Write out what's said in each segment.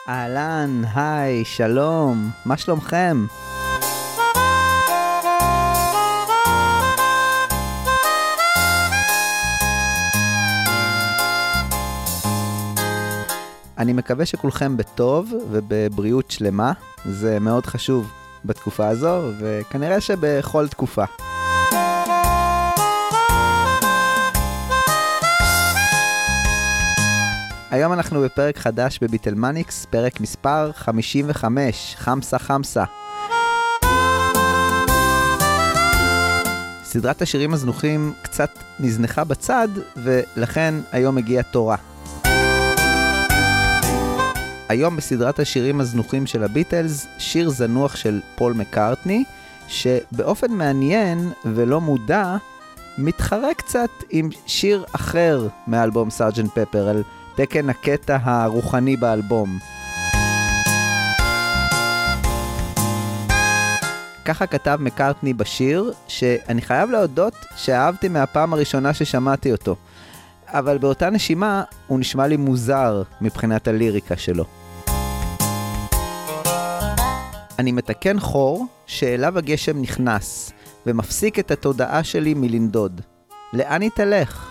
אהלן, היי, שלום, מה שלומכם? אני מקווה שכולכם בטוב ובבריאות שלמה, זה מאוד חשוב בתקופה הזו, וכנראה שבכל תקופה. היום אנחנו בפרק חדש בביטלמניקס, פרק מספר 55, חמסה חמסה. סדרת השירים הזנוחים קצת נזנחה בצד, ולכן היום הגיע תורה. היום בסדרת השירים הזנוחים של הביטלס, שיר זנוח של פול מקארטני, שבאופן מעניין ולא מודע, מתחרה קצת עם שיר אחר מאלבום סארג'נט פפר, על תקן הקטע הרוחני באלבום. ככה כתב מקארטני בשיר, שאני חייב להודות שאהבתי מהפעם הראשונה ששמעתי אותו. אבל באותה נשימה הוא נשמע לי מוזר מבחינת הליריקה שלו. אני מתקן חור שאליו הגשם נכנס, ומפסיק את התודעה שלי מלנדוד. לאן היא תלך?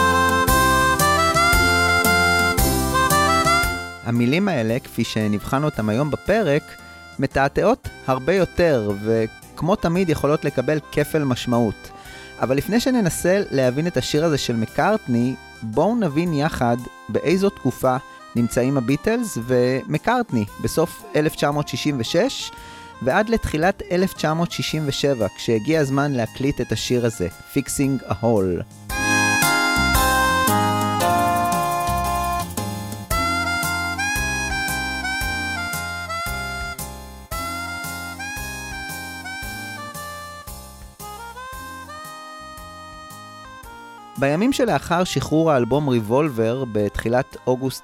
המילים האלה, כפי שנבחן אותם היום בפרק, מתעתעות הרבה יותר, וכמו תמיד יכולות לקבל כפל משמעות. אבל לפני שננסה להבין את השיר הזה של מקארטני, בואו נבין יחד באיזו תקופה נמצאים הביטלס ומקארטני, בסוף 1966 ועד לתחילת 1967, כשהגיע הזמן להקליט את השיר הזה, Fixing a Hole. בימים שלאחר שחרור האלבום ריבולבר בתחילת אוגוסט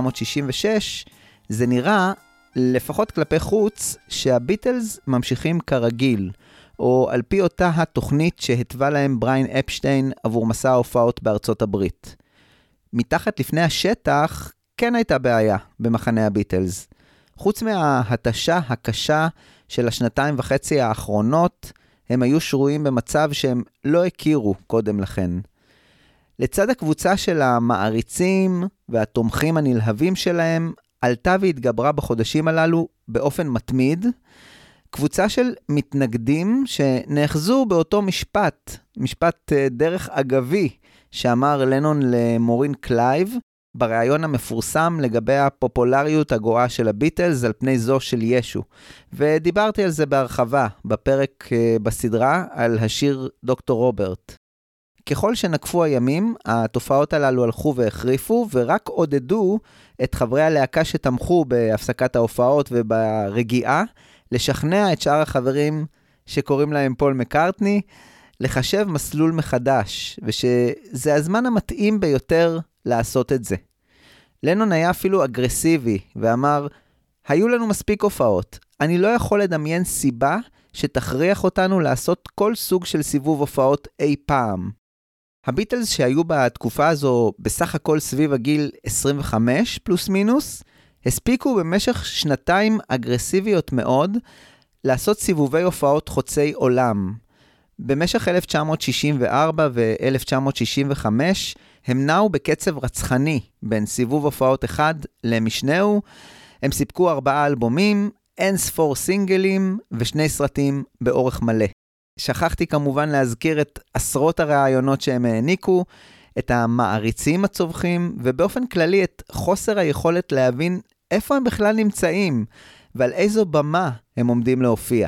1966, זה נראה, לפחות כלפי חוץ, שהביטלס ממשיכים כרגיל, או על פי אותה התוכנית שהתווה להם בריין אפשטיין עבור מסע ההופעות בארצות הברית. מתחת לפני השטח כן הייתה בעיה במחנה הביטלס. חוץ מההתשה הקשה של השנתיים וחצי האחרונות, הם היו שרויים במצב שהם לא הכירו קודם לכן. לצד הקבוצה של המעריצים והתומכים הנלהבים שלהם, עלתה והתגברה בחודשים הללו באופן מתמיד, קבוצה של מתנגדים שנאחזו באותו משפט דרך אגבי, שאמר לנון למורין קלייב, בריאיון המפורסם לגבי הפופולריות הגואה של הביטלס על פני זו של ישו. ודיברתי על זה בהרחבה בפרק בסדרה על השיר דוקטור רוברט. ככל שנקפו הימים, התופעות הללו הלכו והחריפו, ורק עודדו את חברי הלהקה שתמכו בהפסקת ההופעות וברגיעה, לשכנע את שאר החברים שקוראים להם פול מקארטני, לחשב מסלול מחדש, ושזה הזמן המתאים ביותר לעשות את זה. לנון היה אפילו אגרסיבי, ואמר, היו לנו מספיק הופעות, אני לא יכול לדמיין סיבה שתכריח אותנו לעשות כל סוג של סיבוב הופעות אי פעם. הביטלס שהיו בתקופה הזו בסך הכל סביב הגיל 25 פלוס מינוס, הספיקו במשך שנתיים אגרסיביות מאוד לעשות סיבובי הופעות חוצי עולם. במשך 1964 ו-1965 הם נעו בקצב רצחני בין סיבוב הופעות אחד למשנהו, הם סיפקו 4 אלבומים, אין ספור סינגלים ו2 סרטים באורך מלא. שכחתי כמובן להזכיר את עשרות הרעיונות שהם העניקו, את המעריצים הצווחים, ובאופן כללי את חוסר היכולת להבין איפה הם בכלל נמצאים, ועל איזו במה הם עומדים להופיע.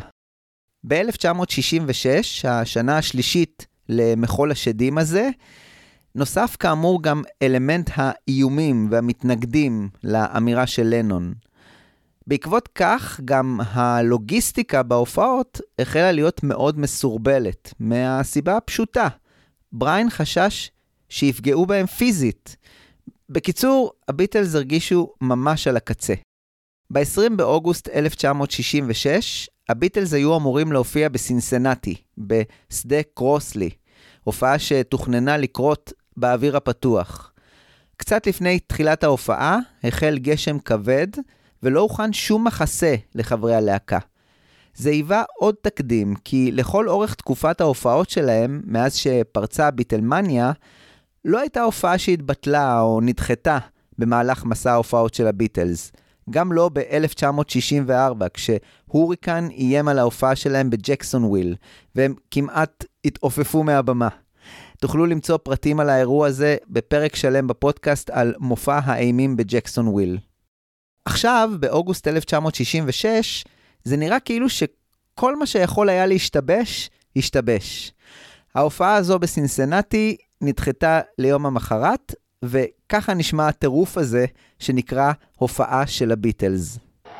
ב-1966, השנה השלישית למחול השדים הזה, נוסף כאמור גם אלמנט האיומים והמתנגדים לאמירה של לנון. בעקבות כך, גם הלוגיסטיקה בהופעות החלה להיות מאוד מסורבלת, מהסיבה הפשוטה. בריין חשש שיפגעו בהם פיזית. בקיצור, הביטלס הרגישו ממש על הקצה. ב-20 באוגוסט 1966, הביטלס היו אמורים להופיע בסינסנטי, בשדה קרוסלי, הופעה שתוכננה לקרות באוויר הפתוח. קצת לפני תחילת ההופעה, החל גשם כבד, ולא הוכן שום מחסה לחברי הלהקה. זה היווה עוד תקדים, כי לכל אורך תקופת ההופעות שלהם, מאז שפרצה הביטלמניה, לא הייתה הופעה שהתבטלה או נדחתה במהלך מסע ההופעות של הביטלס. גם לא ב-1964, כשהוריקן איים על ההופעה שלהם בג'קסונוויל, והם כמעט התעופפו מהבמה. תוכלו למצוא פרטים על האירוע הזה בפרק שלם בפודקאסט על מופע האימים בג'קסונוויל. עכשיו, באוגוסט 1966, זה נראה כאילו שכל מה שיכול היה להשתבש, השתבש. ההופעה הזו בסינסנטי נדחתה ליום המחרת, וככה נשמע הטירוף הזה שנקרא הופעה של הביטלס.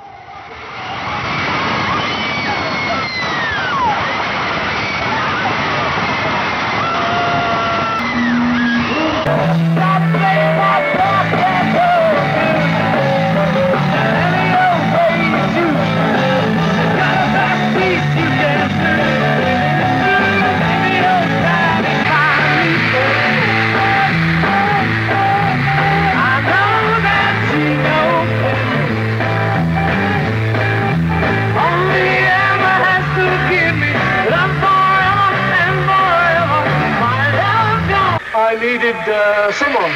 I needed someone.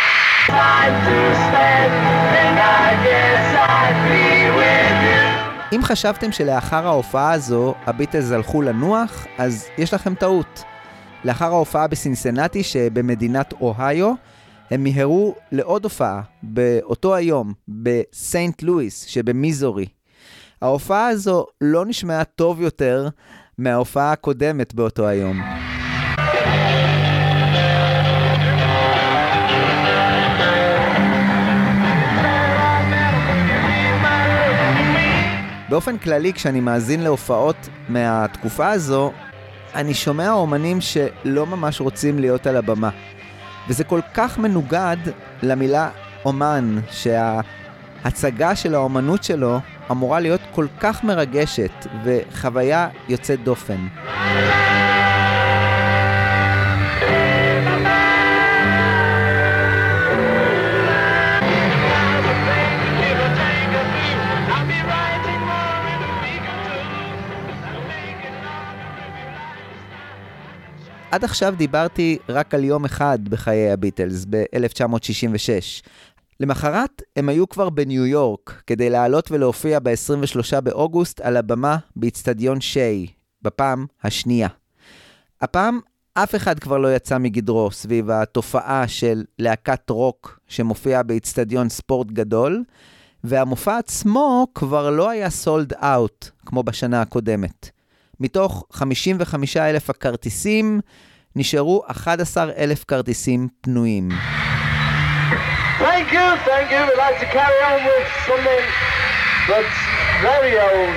אם חשבתם שלאחר ההופעה הזו הביטלס הלכו לנוח, אז יש לכם טעות. לאחר ההופעה בסינסנטי שבמדינת אוהיו, הם מיהרו לעוד הופעה באותו היום בסיינט לואיס שבמיזורי. ההופעה הזו לא נשמעה טוב יותר מההופעה הקודמת באותו היום. באופן כללי, כשאני מאזין להופעות מהתקופה הזו, אני שומע אומנים שלא ממש רוצים להיות על הבמה. וזה כל כך מנוגד למילה אומן, שההצגה של האומנות שלו אמורה להיות כל כך מרגשת וחוויה יוצאת דופן. עד עכשיו דיברתי רק על יום אחד בחיי הביטלס, ב-1966. למחרת הם היו כבר בניו יורק, כדי לעלות ולהופיע ב-23 באוגוסט על הבמה באצטדיון שיי, בפעם השנייה. הפעם אף אחד כבר לא יצא מגדרו סביב התופעה של להקת רוק שמופיעה באצטדיון ספורט גדול, והמופע עצמו כבר לא היה סולד אאוט כמו בשנה הקודמת. מתוך 55,000 הכרטיסים, נשארו 11,000 כרטיסים פנויים. Thank you. We'd like to carry on with something that's very old.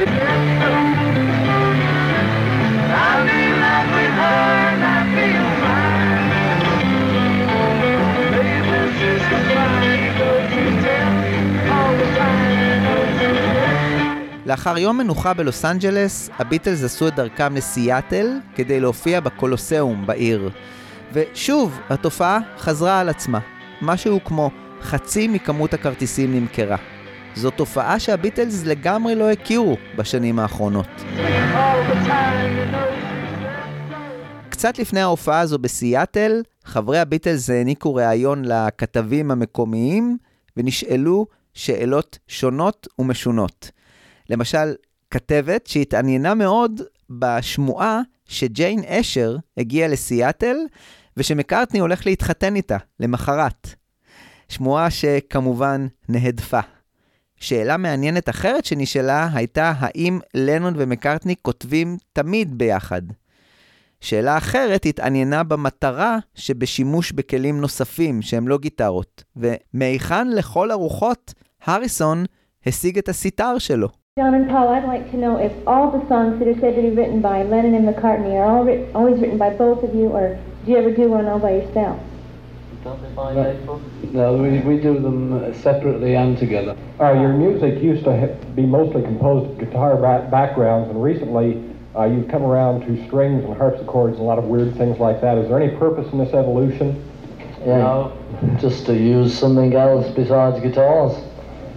I'm in love with her and I feel fine. This is the fine, don't you tell me all the time, don't you tell. לאחר יום מנוחה בלוס אנג'לס, הביטלס עשו את דרכם לסיאטל כדי להופיע בקולוסיאום בעיר. ושוב, התופעה חזרה על עצמה. משהו כמו חצי מכמות הכרטיסים נמכרה. זו תופעה שהביטלס לגמרי לא הכירו בשנים האחרונות. קצת לפני ההופעה הזו בסיאטל, חברי הביטלס העניקו ראיון לכתבים המקומיים ונשאלו שאלות שונות ומשונות. למשל, כתבת שהתעניינה מאוד בשמועה שג'יין אשר הגיעה לסיאטל ושמקארטני הולך להתחתן איתה למחרת. שמועה שכמובן נהדפה. שאלה מעניינת אחרת שנשאלה הייתה האם לנון ומקארטני כותבים תמיד ביחד. שאלה אחרת התעניינה במטרה שבשימוש בכלים נוספים שהם לא גיטרות, ומהיכן לכל הרוחות הריסון השיג את הסיטר שלו. John and Paul, I'd like to know if all the songs that are said to be written by Lennon and McCartney are always written by both of you, or do you ever do one all by yourself? No, we do them separately and together. Your music used to be mostly composed of guitar backgrounds, and recently you've come around to strings and harpsichords and a lot of weird things like that. Is there any purpose in this evolution? Yeah, no, just to use something else besides guitars.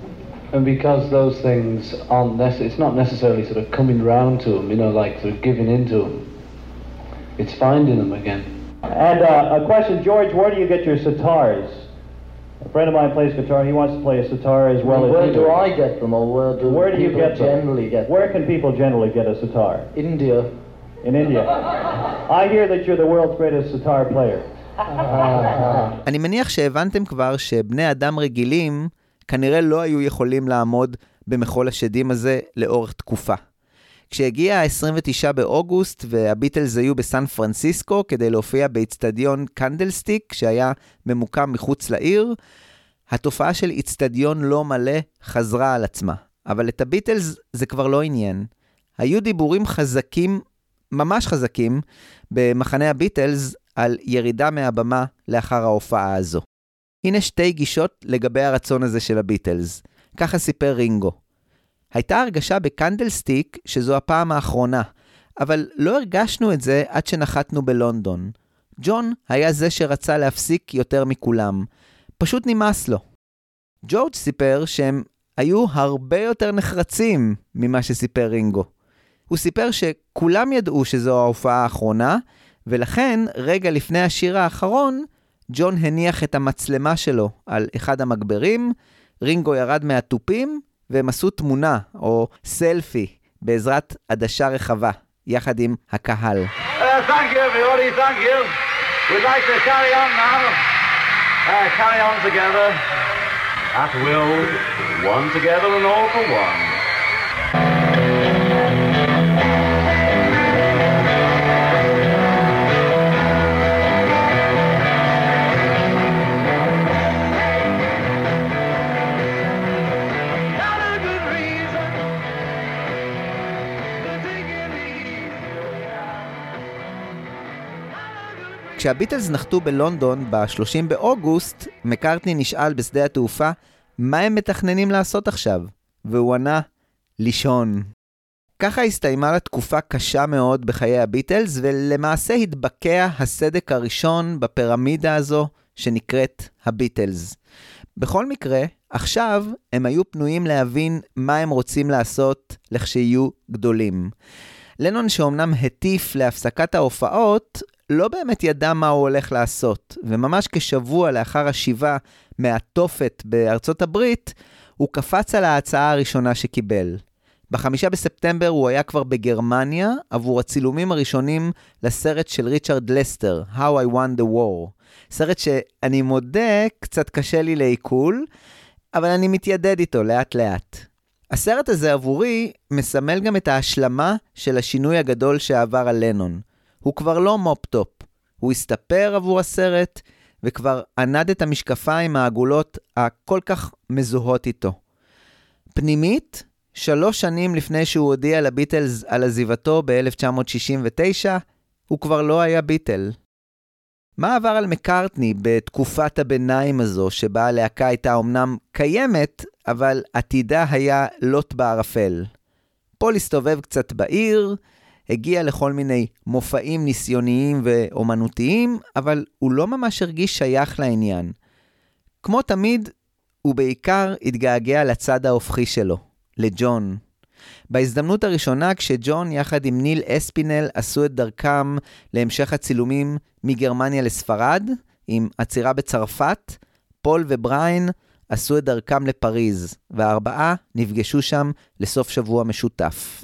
And because those things aren't it's not necessarily sort of coming round to them, you know, like sort of giving into them. It's finding them again. And a question, George, where do you get your sitars? A friend of mine plays guitar. He wants to play a sitar as well as where do I get them, or where do you people get generally get them? Where can people generally get a sitar? India. In India. I hear that you're the world's greatest sitar player. אני מניח שהבנתם כבר שבני אדם רגילים כנראה לא היו יכולים לעמוד במחול השדים הזה לאורך תקופה. כשהגיע ה-29 באוגוסט והביטלס היו בסן פרנסיסקו כדי להופיע באצטדיון קנדלסטיק שהיה ממוקם מחוץ לעיר, התופעה של אצטדיון לא מלא חזרה על עצמה. אבל את הביטלס זה כבר לא עניין. היו דיבורים חזקים, ממש חזקים, במחנה הביטלס על ירידה מהבמה לאחר ההופעה הזו. הנה שתי גישות לגבי הרצון הזה של הביטלס. ככה סיפר רינגו. הייתה הרגשה בקנדלסטיק שזו הפעם האחרונה, אבל לא הרגשנו את זה עד שנחתנו בלונדון. ג'ון היה זה שרצה להפסיק יותר מכולם. פשוט נמאס לו. ג'ורג' סיפר שהם היו הרבה יותר נחרצים ממה שסיפר רינגו. הוא סיפר שכולם ידעו שזו ההופעה האחרונה, ולכן רגע לפני השיר האחרון, ג'ון הניח את המצלמה שלו על אחד המגברים, רינגו ירד מהטופים, והם עשו תמונה או סלפי בעזרת עדשה רחבה, יחד עם הקהל. Thank you everybody, thank you. We'd like to carry on now. Carry on together. At will, one together and all for one. כשהביטלס נחתו בלונדון ב-30 באוגוסט, מקארטני נשאל בשדה התעופה מה הם מתכננים לעשות עכשיו, והוא ענה, לישון. ככה הסתיימה לה תקופה קשה מאוד בחיי הביטלס, ולמעשה התבקע הסדק הראשון בפירמידה הזו שנקראת הביטלס. בכל מקרה, עכשיו הם היו פנויים להבין מה הם רוצים לעשות לכשיהיו גדולים. לנון שאומנם הטיף להפסקת ההופעות, לא באמת ידע מה הוא הולך לעשות, וממש כשבוע לאחר השיבה מהתופת בארצות הברית, הוא קפץ על ההצעה הראשונה שקיבל. ב5 בספטמבר הוא היה כבר בגרמניה, עבור הצילומים הראשונים לסרט של ריצ'רד לסטר, How I Won the War. סרט שאני מודה, קצת קשה לי לעיכול, אבל אני מתיידד איתו לאט לאט. הסרט הזה עבורי מסמל גם את ההשלמה של השינוי הגדול שעבר על לנון. הוא כבר לא מופ-טופ, הוא הסתפר עבור הסרט, וכבר ענד את המשקפיים העגולות הכל כך מזוהות איתו. פנימית, 3 שנים לפני שהוא הודיע לביטלס על עזיבתו ב-1969, הוא כבר לא היה ביטל. מה עבר על מקארטני בתקופת הביניים הזו, שבה הלהקה הייתה אומנם קיימת, אבל עתידה היה לוט בערפל? פול הסתובב קצת בעיר, הגיע לכל מיני מופעים ניסיוניים ואומנותיים, אבל הוא לא ממש הרגיש שייך לעניין. כמו תמיד, הוא בעיקר התגעגע לצד ההופכי שלו, לג'ון. בהזדמנות הראשונה, כשג'ון יחד עם ניל אספינל עשו את דרכם להמשך הצילומים מגרמניה לספרד, עם עצירה בצרפת, פול ובריין עשו את דרכם לפריז, והארבעה נפגשו שם לסוף שבוע משותף.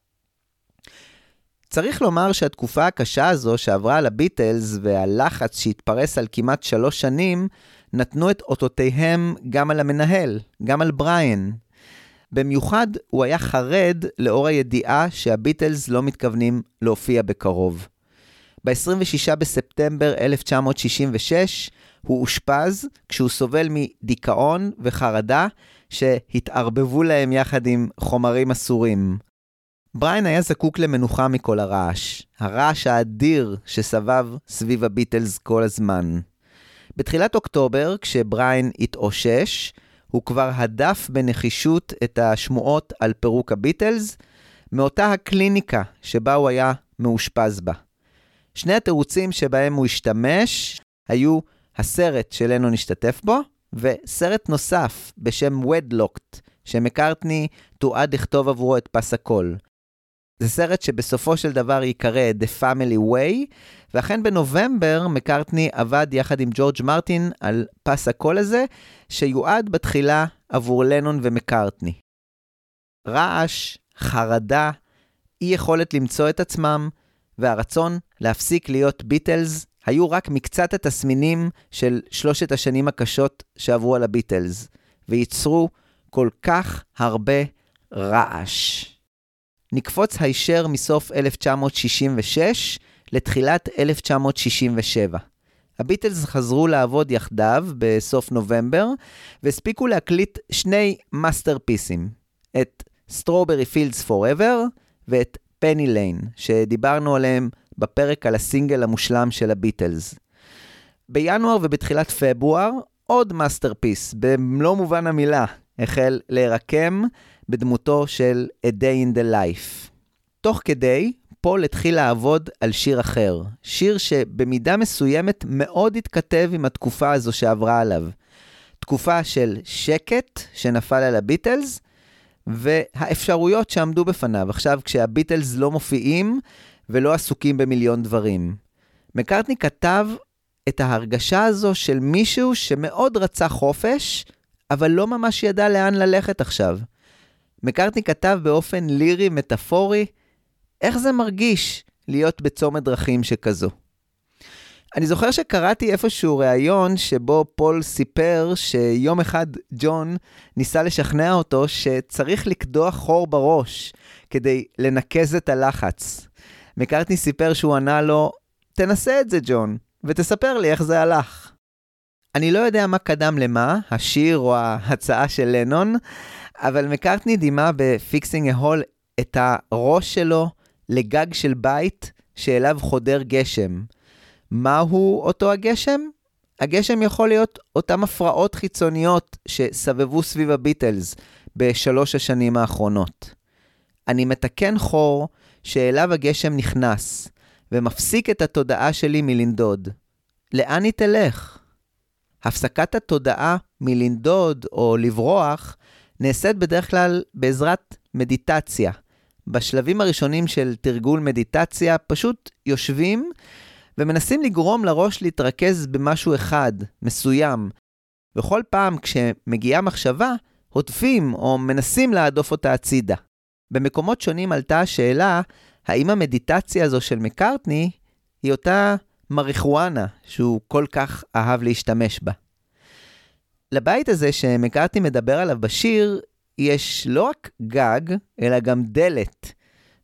צריך לומר שהתקופה הקשה הזו שעברה על הביטלס והלחץ שהתפרס על כמעט 3 שנים, נתנו את אותותיהם גם על המנהל, גם על בריין. במיוחד הוא היה חרד לאור הידיעה שהביטלס לא מתכוונים להופיע בקרוב. ב-26 בספטמבר 1966 הוא אושפז כשהוא סובל מדיכאון וחרדה שהתערבבו להם יחד עם חומרים אסורים. בריין היה זקוק למנוחה מכל הרעש האדיר שסבב סביב הביטלס כל הזמן. בתחילת אוקטובר, כשבריין התאושש, הוא כבר הדף בנחישות את השמועות על פירוק הביטלס, מאותה הקליניקה שבה הוא היה מאושפז בה. שני התירוצים שבהם הוא השתמש היו הסרט שלנו נשתתף בו, וסרט נוסף בשם Wedlocked, שמקארטני תועד לכתוב עבורו את פס הקול. זה סרט שבסופו של דבר יקרא The Family Way, ואכן בנובמבר מקארטני עבד יחד עם ג'ורג' מרטין על פס הקול הזה, שיועד בתחילה עבור לנון ומקארטני. רעש, חרדה, אי יכולת למצוא את עצמם, והרצון להפסיק להיות ביטלס, היו רק מקצת התסמינים של 3 השנים הקשות שעברו על הביטלס, וייצרו כל כך הרבה רעש. נקפוץ הישר מסוף 1966 לתחילת 1967. הביטלס חזרו לעבוד יחדיו בסוף נובמבר, והספיקו להקליט 2 מאסטרפיסים, את Strawberry Fields Forever ואת Penny Lane, שדיברנו עליהם בפרק על הסינגל המושלם של הביטלס. בינואר ובתחילת פברואר, עוד מאסטרפיס, במלוא מובן המילה, החל להירקם בדמותו של A Day in the Life. תוך כדי, פול התחיל לעבוד על שיר אחר, שיר שבמידה מסוימת מאוד התכתב עם התקופה הזו שעברה עליו. תקופה של שקט שנפל על הביטלס, והאפשרויות שעמדו בפניו, עכשיו כשהביטלס לא מופיעים ולא עסוקים במיליון דברים. מקארטני כתב את ההרגשה הזו של מישהו שמאוד רצה חופש, אבל לא ממש ידע לאן ללכת עכשיו. מקארטני כתב באופן לירי מטאפורי, איך זה מרגיש להיות בצומת דרכים שכזו. אני זוכר שקראתי איפשהו ראיון שבו פול סיפר שיום אחד ג'ון ניסה לשכנע אותו שצריך לקדוח חור בראש כדי לנקז את הלחץ. מקארטני סיפר שהוא ענה לו, תנסה את זה ג'ון, ותספר לי איך זה הלך. אני לא יודע מה קדם למה, השיר או ההצעה של לנון, אבל מקארטני דימה ב-Fixing a Hole את הראש שלו לגג של בית שאליו חודר גשם. מהו אותו הגשם? הגשם יכול להיות אותם הפרעות חיצוניות שסבבו סביב הביטלס ב3 השנים האחרונות. אני מתקן חור שאליו הגשם נכנס ומפסיק את התודעה שלי מלנדוד. לאן היא תלך? הפסקת התודעה מלנדוד או לברוח נעשית בדרך כלל בעזרת מדיטציה. בשלבים הראשונים של תרגול מדיטציה פשוט יושבים ומנסים לגרום לראש להתרכז במשהו אחד, מסוים. וכל פעם כשמגיעה מחשבה, הוטפים או מנסים להדוף אותה הצידה. במקומות שונים עלתה השאלה, האם המדיטציה הזו של מקארטני היא אותה מריחואנה שהוא כל כך אהב להשתמש בה. לבית הזה שמקארטני מדבר עליו בשיר, יש לא רק גג, אלא גם דלת.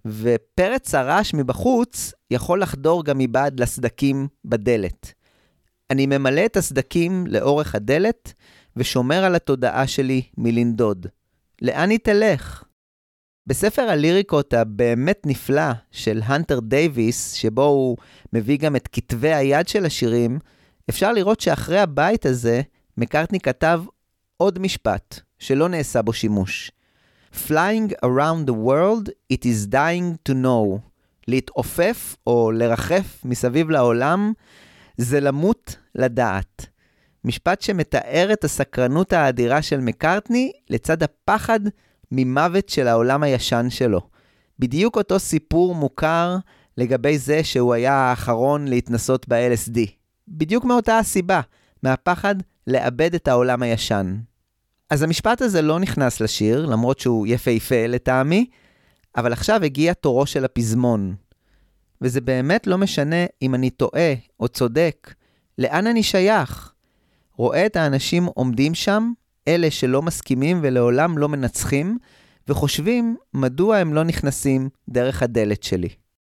ופרץ הרעש מבחוץ יכול לחדור גם מבעד לסדקים בדלת. אני ממלא את הסדקים לאורך הדלת, ושומר על התודעה שלי מלנדוד. לאן היא תלך? בספר הליריקות הבאמת נפלא של הנטר דייביס, שבו הוא מביא גם את כתבי היד של השירים, אפשר לראות שאחרי הבית הזה, מקארטני כתב עוד משפט שלא נעשה בו שימוש. Flying around the world, it is dying to know. להתעופף או לרחף מסביב לעולם, זה למות לדעת. משפט שמתאר את הסקרנות האדירה של מקארטני לצד הפחד ממוות של העולם הישן שלו. בדיוק אותו סיפור מוכר לגבי זה שהוא היה האחרון להתנסות ב-LSD. בדיוק מאותה הסיבה, מהפחד לאבד את העולם הישן. אז המשפט הזה לא נכנס לשיר, למרות שהוא יפהפה לטעמי, אבל עכשיו הגיע תורו של הפזמון. וזה באמת לא משנה אם אני טועה או צודק, לאן אני שייך? רואה את האנשים עומדים שם, אלה שלא מסכימים ולעולם לא מנצחים, וחושבים מדוע הם לא נכנסים דרך הדלת שלי.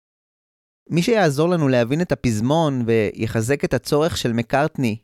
מי שיעזור לנו להבין את הפזמון ויחזק את הצורך של מקארטני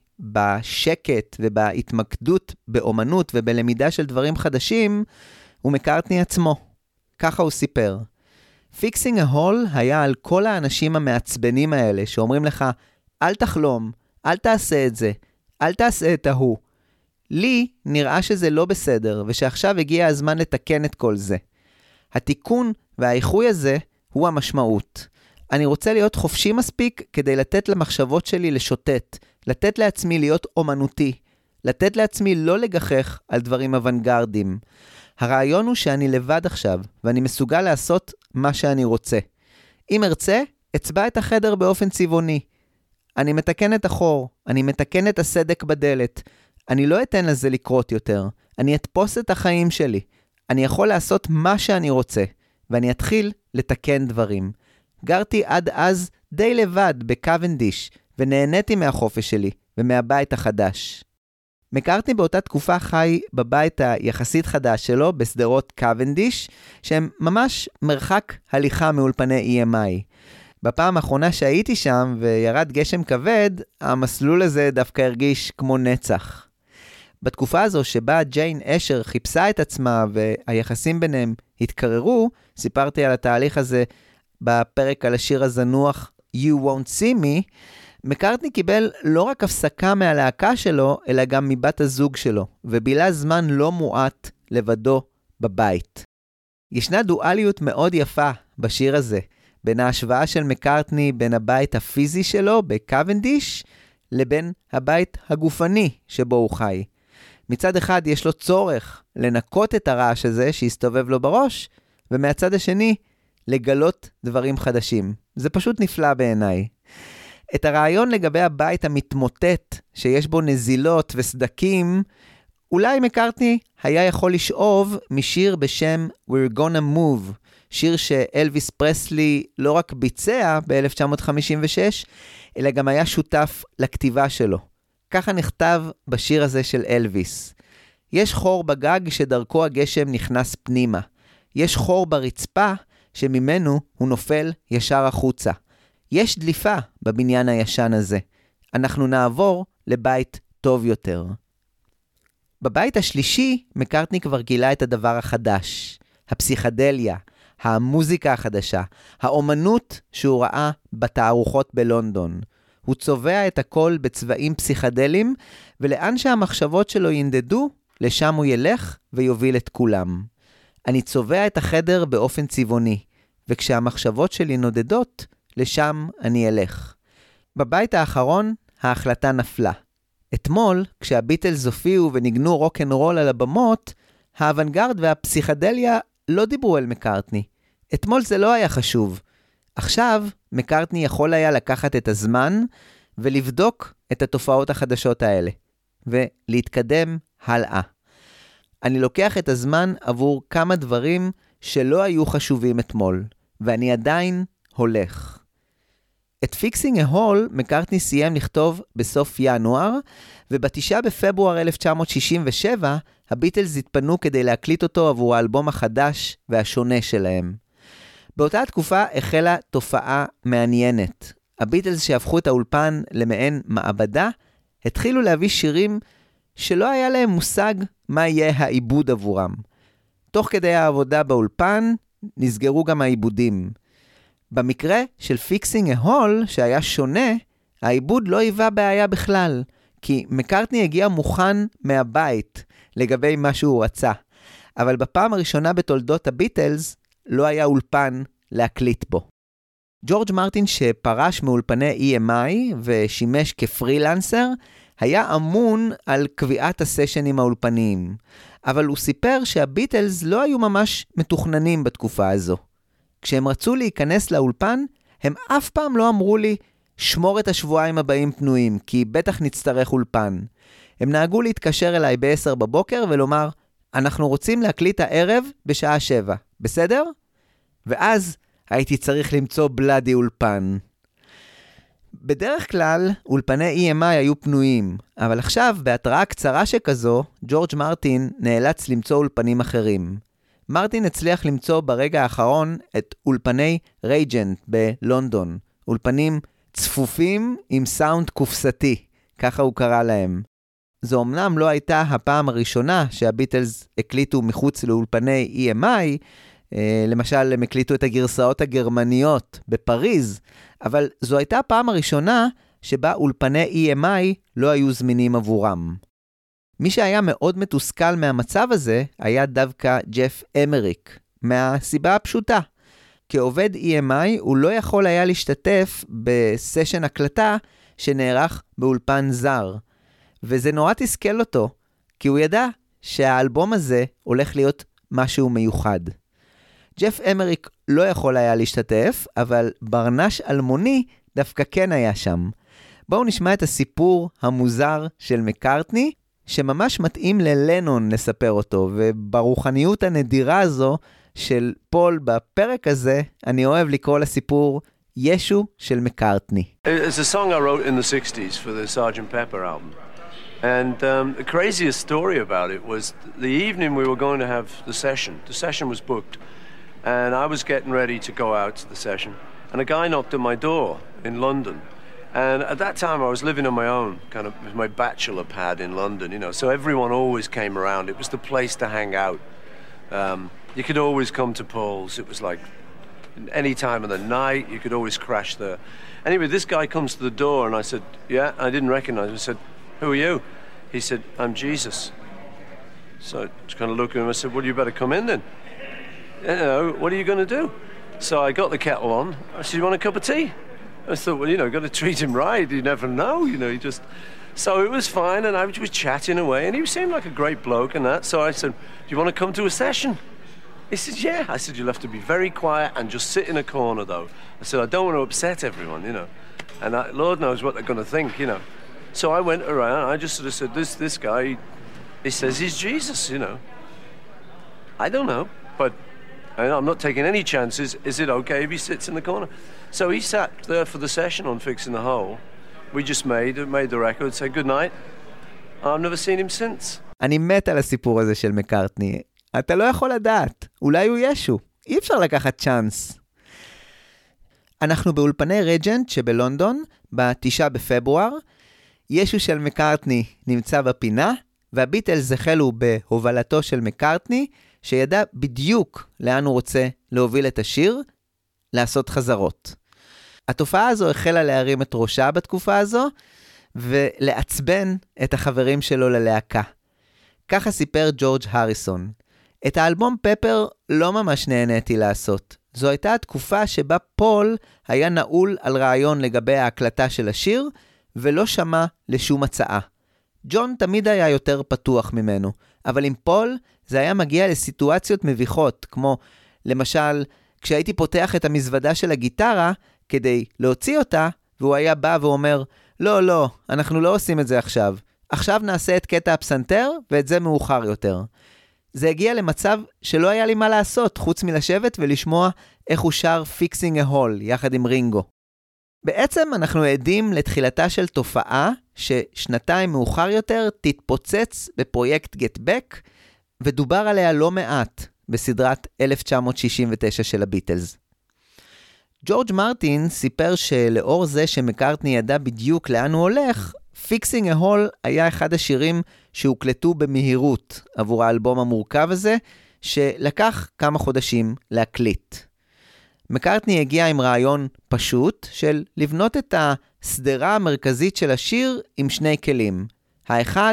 בשקט ובהתמקדות באומנות ובלמידה של דברים חדשים, הוא מקארטני עצמו. ככה הוא סיפר. Fixing a Hole היה על כל האנשים המעצבנים האלה שאומרים לך, אל תחלום, אל תעשה את זה, אל תעשה את ההוא. לי נראה שזה לא בסדר, ושעכשיו הגיע הזמן לתקן את כל זה. התיקון והאיחוי הזה הוא המשמעות. אני רוצה להיות חופשי מספיק כדי לתת למחשבות שלי לשוטט, לתת לעצמי להיות אומנותי, לתת לעצמי לא לגחך על דברים אוונגרדים. הרעיון הוא שאני לבד עכשיו, ואני מסוגל לעשות מה שאני רוצה. אם ארצה, אצבע את החדר באופן צבעוני. אני מתקן את החור, אני מתקן את הסדק בדלת. אני לא אתן לזה לקרות יותר. אני אתפוס את החיים שלי. אני יכול לעשות מה שאני רוצה, ואני אתחיל לתקן דברים. גרתי עד אז די לבד בקוונדיש, ונהניתי מהחופש שלי ומהבית החדש. מקארטני באותה תקופה חי בבית היחסית חדש שלו בסדרות קוונדיש, שהם ממש מרחק הליכה מאולפני EMI. בפעם האחרונה שהייתי שם וירד גשם כבד, המסלול הזה דווקא הרגיש כמו נצח. בתקופה הזו שבה ג'יין אשר חיפשה את עצמה והיחסים ביניהם התקררו, סיפרתי על התהליך הזה בפרק על השיר הזנוח You Won't See Me. מקארטני קיבל לא רק הפסקה מהלהקה שלו, אלא גם מבת הזוג שלו, ובילה זמן לא מועט לבדו בבית. ישנה דואליות מאוד יפה בשיר הזה, בין ההשוואה של מקארטני בין הבית הפיזי שלו בקוונדיש, לבין הבית הגופני שבו הוא חי. מצד אחד יש לו צורך לנקות את הרעש הזה שהסתובב לו בראש, ומהצד השני לגלות דברים חדשים. זה פשוט נפלא בעיניי. את הרעיון לגבי הבית המתמוטט, שיש בו נזילות וסדקים, אולי מקארטני היה יכול לשאוב משיר בשם We're Gonna Move, שיר שאלוויס פרסלי לא רק ביצע ב-1956, אלא גם היה שותף לכתיבה שלו. ככה נכתב בשיר הזה של אלוויס. יש חור בגג שדרכו הגשם נכנס פנימה. יש חור ברצפה שממנו הוא נופל ישר החוצה. יש דליפה בבניין הישן הזה. אנחנו נעבור לבית טוב יותר. בבית השלישי, מקארטני כבר גילה את הדבר החדש. הפסיכדליה, המוזיקה החדשה, האומנות שהוא ראה בתערוכות בלונדון. הוא צובע את הכל בצבעים פסיכדליים, ולאן שהמחשבות שלו ינדדו, לשם הוא ילך ויוביל את כולם. אני צובע את החדר באופן צבעוני, וכשהמחשבות שלי נודדות, לשם אני אלך. בבית האחרון, ההחלטה נפלה. אתמול, כשהביטלס הופיעו וניגנו רוק אנד רול על הבמות, האוונגרד והפסיכדליה לא דיברו אל מקארטני. אתמול זה לא היה חשוב. עכשיו, מקארטני יכול היה לקחת את הזמן ולבדוק את התופעות החדשות האלה, ולהתקדם הלאה. אני לוקח את הזמן עבור כמה דברים שלא היו חשובים אתמול, ואני עדיין הולך. את Fixing a Hole מקארטני סיים לכתוב בסוף ינואר, וב9 בפברואר 1967 הביטלס התפנו כדי להקליט אותו עבור האלבום החדש והשונה שלהם. באותה התקופה החלה תופעה מעניינת. הביטלס שהפכו את האולפן למעין מעבדה, התחילו להביא שירים שלא היה להם מושג מה יהיה העיבוד עבורם. תוך כדי העבודה באולפן נסגרו גם העיבודים. במקרה של Fixing a Hole, שהיה שונה, העיבוד לא היווה בעיה בכלל, כי מקארטני הגיע מוכן מהבית לגבי מה שהוא רצה. אבל בפעם הראשונה בתולדות הביטלס, לא היה אולפן להקליט בו. ג'ורג' מרטין שפרש מאולפני EMI ושימש כפרילנסר, היה אמון על קביעת הסשנים האולפניים. אבל הוא סיפר שהביטלס לא היו ממש מתוכננים בתקופה הזו. כשהם רצו להיכנס לאולפן, הם אף פעם לא אמרו לי, שמור את השבועיים הבאים פנויים, כי בטח נצטרך אולפן. הם נהגו להתקשר אליי ב-10 בבוקר ולומר, אנחנו רוצים להקליט הערב בשעה 7, בסדר? ואז הייתי צריך למצוא בלדי אולפן. בדרך כלל, אולפני EMI היו פנויים, אבל עכשיו, בהתראה קצרה שכזו, ג'ורג' מרטין נאלץ למצוא אולפנים אחרים. מרטין הצליח למצוא ברגע האחרון את אולפני רייג'נט בלונדון. אולפנים צפופים עם סאונד קופסתי, ככה הוא קרא להם. זו אמנם לא הייתה הפעם הראשונה שהביטלס הקליטו מחוץ לאולפני EMI, למשל הם הקליטו את הגרסאות הגרמניות בפריז, אבל זו הייתה הפעם הראשונה שבה אולפני EMI לא היו זמינים עבורם. מי שהיה מאוד מתוסכל מהמצב הזה היה דווקא ג'ף אמריק, מהסיבה הפשוטה. כעובד EMI הוא לא יכול היה להשתתף בסשן הקלטה שנערך באולפן זר, וזה נורא תסכל אותו, כי הוא ידע שהאלבום הזה הולך להיות משהו מיוחד. ג'ף אמריק לא יכול היה להשתתף, אבל ברנש אלמוני דווקא כן היה שם. בואו נשמע את הסיפור המוזר של מקארטני, שממש מתאים ללנון לספר אותו, וברוחניות הנדירה הזו של פול בפרק הזה, אני אוהב לקרוא לסיפור ישו של מקארטני. It's a song I wrote in the 60s for the Sgt. Pepper album. And the craziest story about it was the evening we were going to have the session. The session was booked. And I was getting ready to go out to the session. And a guy knocked on my door in London. And at that time I was living on my own, kind of with my bachelor pad in London, you know. So everyone always came around. It was the place to hang out. You could always come to Paul's. It was like any time of the night, you could always crash there. Anyway, this guy comes to the door and I said, yeah, I didn't recognize him. I said, who are you? He said, I'm Jesus. So I just kind of looked at him. I said, well, you better come in then. You know, what are you going to do? So I got the kettle on. I said, you want a cup of tea? I thought, well, you know, got to treat him right. You never know, you know, you just... So it was fine, and I was chatting away, and he seemed like a great bloke and that. So I said, do you want to come to a session? He said, yeah. I said, you'll have to be very quiet and just sit in a corner, though. I said, I don't want to upset everyone, you know. And Lord knows what they're going to think, you know. So I went around, I just sort of said, this guy, he says he's Jesus, you know. I don't know, but I'm not taking any chances. Is it okay if he sits in the corner? So he sat there for the session on Fixing the Hole. We just made the record, said good night. I've never seen him since. אני מת על הסיפור הזה של מקארטני. אתה לא יכול לדעת. אולי הוא ישו. אי אפשר לקחת צ'אנס. אנחנו באולפני רג'נט שבלונדון, ב9 בפברואר. ישו של מקארטני נמצא בפינה, והביטלס החלו בהובלתו של מקארטני, שידע בדיוק לאן הוא רוצה להוביל את השיר, לעשות חזרות. התופעה הזו החלה להרים את ראשה בתקופה הזו, ולעצבן את החברים שלו ללהקה. ככה סיפר ג'ורג' הריסון. את האלבום פפר לא ממש נהניתי לעשות. זו הייתה התקופה שבה פול היה נעול על רעיון לגבי ההקלטה של השיר, ולא שמע לשום הצעה. ג'ון תמיד היה יותר פתוח ממנו, אבל עם פול זה היה מגיע לסיטואציות מביכות, כמו למשל כשהייתי פותח את המזוודה של הגיטרה כדי להוציא אותה, והוא היה בא ואומר, לא, אנחנו לא עושים את זה עכשיו. עכשיו נעשה את קטע הפסנתר, ואת זה מאוחר יותר. זה הגיע למצב שלא היה לי מה לעשות, חוץ מלשבת ולשמוע איך הוא שר Fixing a Hole יחד עם רינגו. בעצם אנחנו עדים לתחילתה של תופעה ששנתיים מאוחר יותר תתפוצץ בפרויקט Get Back, ודובר עליה לא מעט בסדרת 1969 של הביטלס. ג'ורג' מרטין סיפר שלאור זה שמקארטני ידע בדיוק לאן הוא הולך, Fixing a Hole היה אחד השירים שהוקלטו במהירות עבור האלבום המורכב הזה, שלקח כמה חודשים להקליט. מקארטני הגיע עם רעיון פשוט של לבנות את הסדרה המרכזית של השיר עם שני כלים. האחד,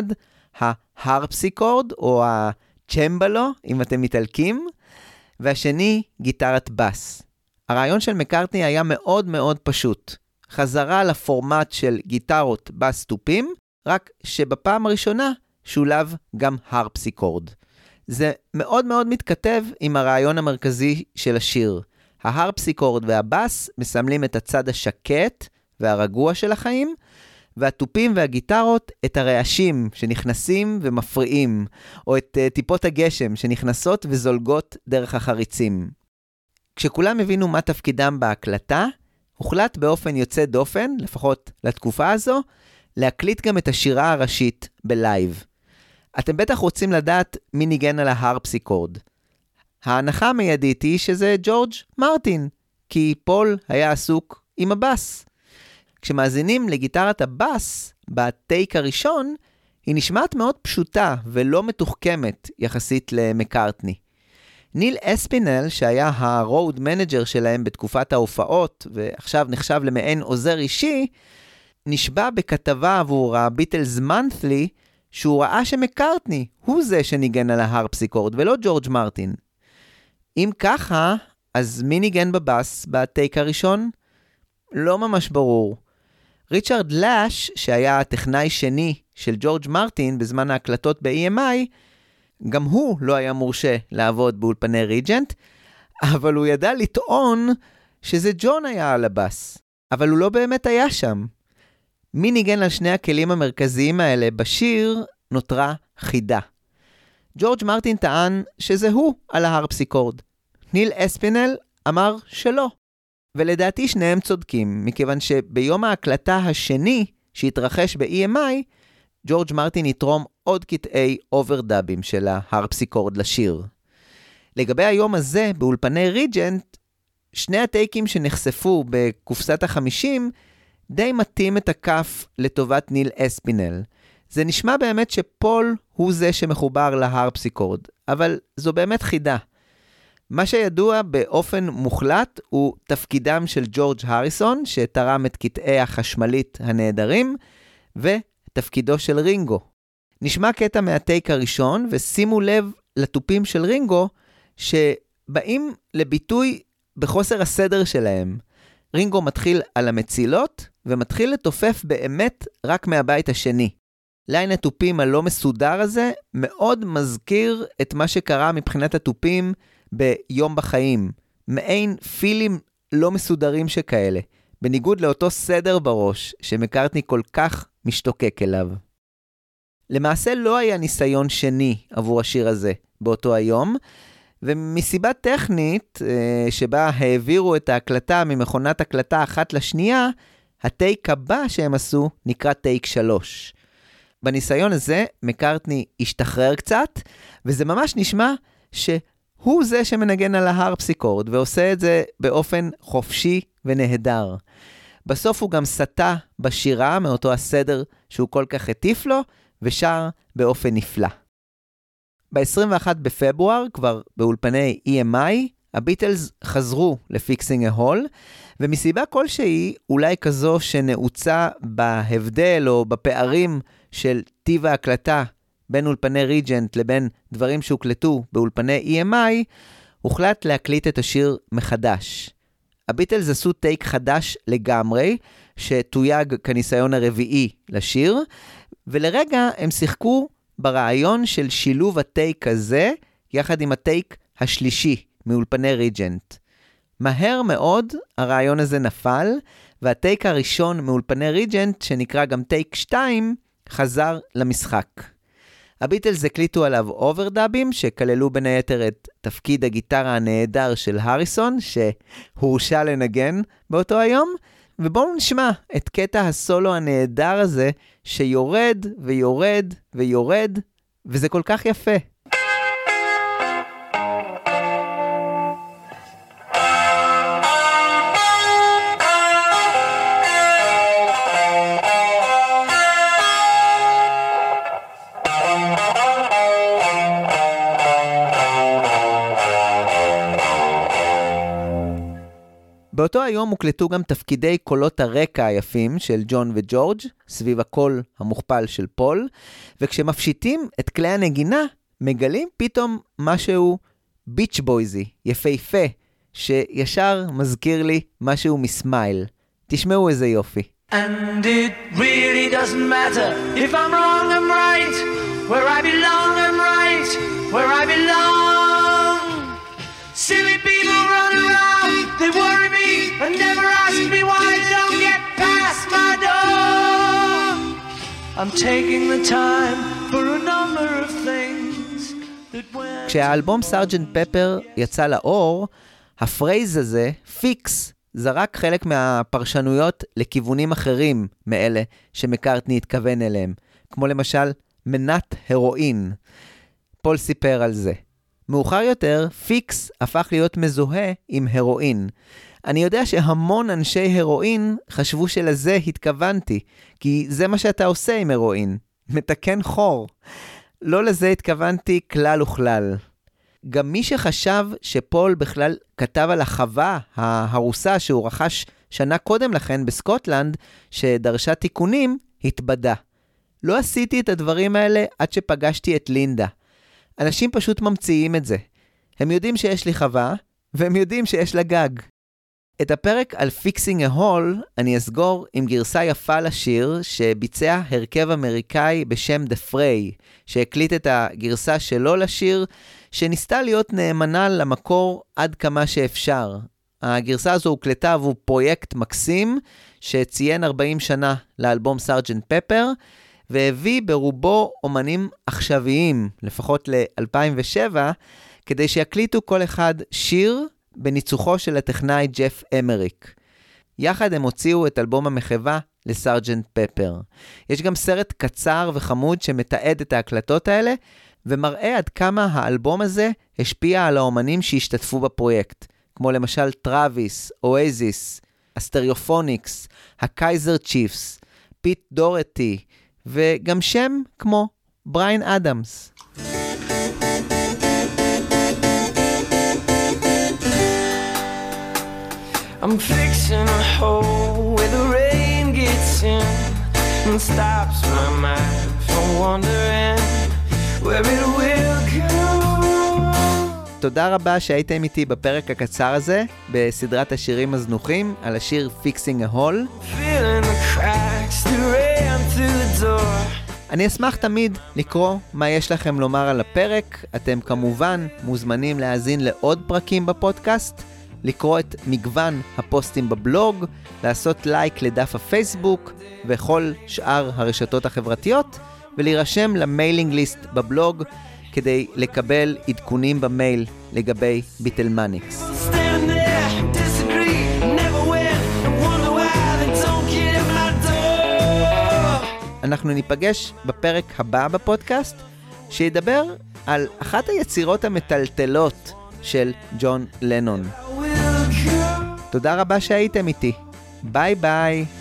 ההרפסיקורד או הצ'מבלו, אם אתם איטלקים, והשני, גיטרת בס. הרעיון של מקארטני היה מאוד מאוד פשוט. חזרה לפורמט של גיטרות בס תופים, רק שבפעם הראשונה שולב גם הרפסיקורד. זה מאוד מאוד מתכתב עם הרעיון המרכזי של השיר. ההרפסיקורד והבס מסמלים את הצד השקט והרגוע של החיים, והטופים והגיטרות את הרעשים שנכנסים ומפריעים, או את טיפות הגשם שנכנסות וזולגות דרך החריצים. כשכולם הבינו מה תפקידם בהקלטה, הוחלט באופן יוצא דופן, לפחות לתקופה הזו, להקליט גם את השירה הראשית בלייב. אתם בטח רוצים לדעת מי ניגן על ההרפסיקורד. ההנחה המיידית היא שזה ג'ורג' מרטין, כי פול היה עסוק עם הבס. כשמאזינים לגיטרת הבס, בטייק הראשון, היא נשמעת מאוד פשוטה ולא מתוחכמת יחסית למקארטני. ניל אספינל, שהיה הרוד מנג'ר שלהם בתקופת ההופעות, ועכשיו נחשב למעין עוזר אישי, נשבע בכתבה עבור הביטלס מנת'לי, שהוא ראה שמקארטני הוא זה שניגן על ההרפסיקורד, ולא ג'ורג' מרטין. אם ככה, אז מי ניגן בבס בטייק הראשון? לא ממש ברור. ריצ'רד לאש, שהיה הטכנאי שני של ג'ורג' מרטין בזמן ההקלטות ב-EMI, גם הוא לא היה מורשה לעבוד באולפני ריג'נט, אבל הוא ידע לטעון שזה ג'ון היה על הבאס, אבל הוא לא באמת היה שם. מי ניגן על שני הכלים המרכזיים האלה בשיר נותרה חידה. ג'ורג' מרטין טען שזה הוא על ההרפסיקורד. ניל אספינל אמר שלא. ולדעתי שניהם צודקים, מכיוון שביום ההקלטה השני שהתרחש ב-EMI, ג'ורג' מרטין יתרום עוד קטעי אוברדאבים של ההרפסיקורד לשיר. לגבי היום הזה באולפני ריג'נט, שני הטייקים שנחשפו בקופסת ה-50 די מתאים את הכף לטובת ניל אספינל. זה נשמע באמת שפול הוא זה שמחובר להרפסיקורד, אבל זו באמת חידה. מה שידוע באופן מוחלט הוא תפקידם של ג'ורג' הריסון, שתרם את קטעי החשמלית הנהדרים, ותפקידו של רינגו. נשמע קטע מהטייק הראשון, ושימו לב לטופים של רינגו, שבאים לביטוי בחוסר הסדר שלהם. רינגו מתחיל על המצילות, ומתחיל לתופף באמת רק מהבית השני. ליין הטופים הלא מסודר הזה מאוד מזכיר את מה שקרה מבחינת הטופים ביום בחיים. מעין פילים לא מסודרים שכאלה, בניגוד לאותו סדר בראש שמקארטני כל כך משתוקק אליו. למעשה לא היה ניסיון שני עבור השיר הזה באותו היום, ומסיבה טכנית שבה העבירו את ההקלטה ממכונת הקלטה אחת לשנייה, הטייק הבא שהם עשו נקרא טייק 3. בניסיון הזה מקארטני השתחרר קצת, וזה ממש נשמע שהוא זה שמנגן על ההרפסיקורד, ועושה את זה באופן חופשי ונהדר. בסוף הוא גם סטה בשירה מאותו הסדר שהוא כל כך הטיף לו, ושר באופן נפלא. ב-21 בפברואר, כבר באולפני EMI, הביטלס חזרו לפיקסינג ההול, ומסיבה כלשהי, אולי כזו שנעוצה בהבדל או בפערים של טיב ההקלטה בין אולפני ריג'נט לבין דברים שהוקלטו באולפני EMI, הוחלט להקליט את השיר מחדש. הביטלס עשו טייק חדש לגמרי, שתויג כניסיון הרביעי לשיר, ולרגע הם שיחקו ברעיון של שילוב הטייק הזה, יחד עם הטייק השלישי מאולפני ריג'נט. מהר מאוד הרעיון הזה נפל, והטייק הראשון מאולפני ריג'נט, שנקרא גם טייק 2, חזר למשחק. הביטלס הקליטו עליו אוברדאבים, שכללו בין היתר את תפקיד הגיטרה הנהדר של הריסון, שהורשה לנגן באותו היום, ובואו נשמע את קטע הסולו הנהדר הזה, שיורד ויורד ויורד, וזה כל כך יפה. באותו היום הוקלטו גם תפקידי קולות הרקע היפים של ג'ון וג'ורג' סביב הקול המוכפל של פול, וכשמפשיטים את כלי הנגינה, מגלים פתאום משהו ביץ' בויזי, יפהפה, שישר מזכיר לי משהו מסמייל. תשמעו איזה יופי. And it really doesn't matter if I'm wrong, I'm right. Where I belong, I'm right. Where I belong. Silly people run around, they worry me and never ask me why I don't get past my door. I'm taking the time for a number of things that when... כשהאלבום סארג'נט פפר יצא לאור, הפרייז הזה, פיקס, זרק חלק מהפרשנויות לכיוונים אחרים מאלה שמקארטני התכוון אליהם, כמו למשל מנת הרואין. פול סיפר על זה. מאוחר יותר, פיקס הפך להיות מזוהה עם הרואין. אני יודע שהמון אנשי הרואין חשבו שלזה התכוונתי, כי זה מה שאתה עושה עם הרואין, מתקן חור. לא לזה התכוונתי כלל וכלל. גם מי שחשב שפול בכלל כתב על החווה ההרוסה שהוא רכש שנה קודם לכן בסקוטלנד, שדרשה תיקונים, התבדה. לא עשיתי את הדברים האלה עד שפגשתי את לינדה. אנשים פשוט ממציאים את זה. הם יודעים שיש לי חווה, והם יודעים שיש לה גג. את הפרק על Fixing a Hole אני אסגור עם גרסה יפה לשיר שביצע הרכב אמריקאי בשם The Fray, שהקליט את הגרסה שלו לשיר, שניסתה להיות נאמנה למקור עד כמה שאפשר. הגרסה הזו הוקלטה עבור פרויקט מקסים שציין 40 שנה לאלבום סארג'נט פפר, והביא ברובו אומנים עכשוויים, לפחות ל-2007, כדי שיקליטו כל אחד שיר בניצוחו של הטכנאי ג'ף אמריק. יחד הם הוציאו את אלבום המחווה לסארג'נט פפר. יש גם סרט קצר וחמוד שמתעד את ההקלטות האלה, ומראה עד כמה האלבום הזה השפיע על האומנים שהשתתפו בפרויקט, כמו למשל טראביס, אואזיס, הסטריאופוניקס, הקייזר צ'יפס, פיט דורטי, וגם שם כמו בריין אדמס. I'm fixing a hole where the rain gets in and stops my mind from wondering where it will go. תודה רבה שהייתם איתי בפרק הקצר הזה בסדרת השירים הזנוחים על השיר Fixing a Hole. Feeling the cracks that ran through the door. אני אשמח תמיד לקרוא מה יש לכם לומר על הפרק. אתם כמובן מוזמנים להאזין לעוד פרקים בפודקאסט, לקרוא את מגוון הפוסטים בבלוג, לעשות לייק לדף הפייסבוק וכל שאר הרשתות החברתיות, ולהירשם למיילינג ליסט בבלוג כדי לקבל עדכונים במייל לגבי ביטלמניקס. אנחנו ניפגש בפרק הבא בפודקאסט, שידבר על אחת היצירות המטלטלות של ג'ון לנון. תודה רבה שהייתם איתי. ביי ביי.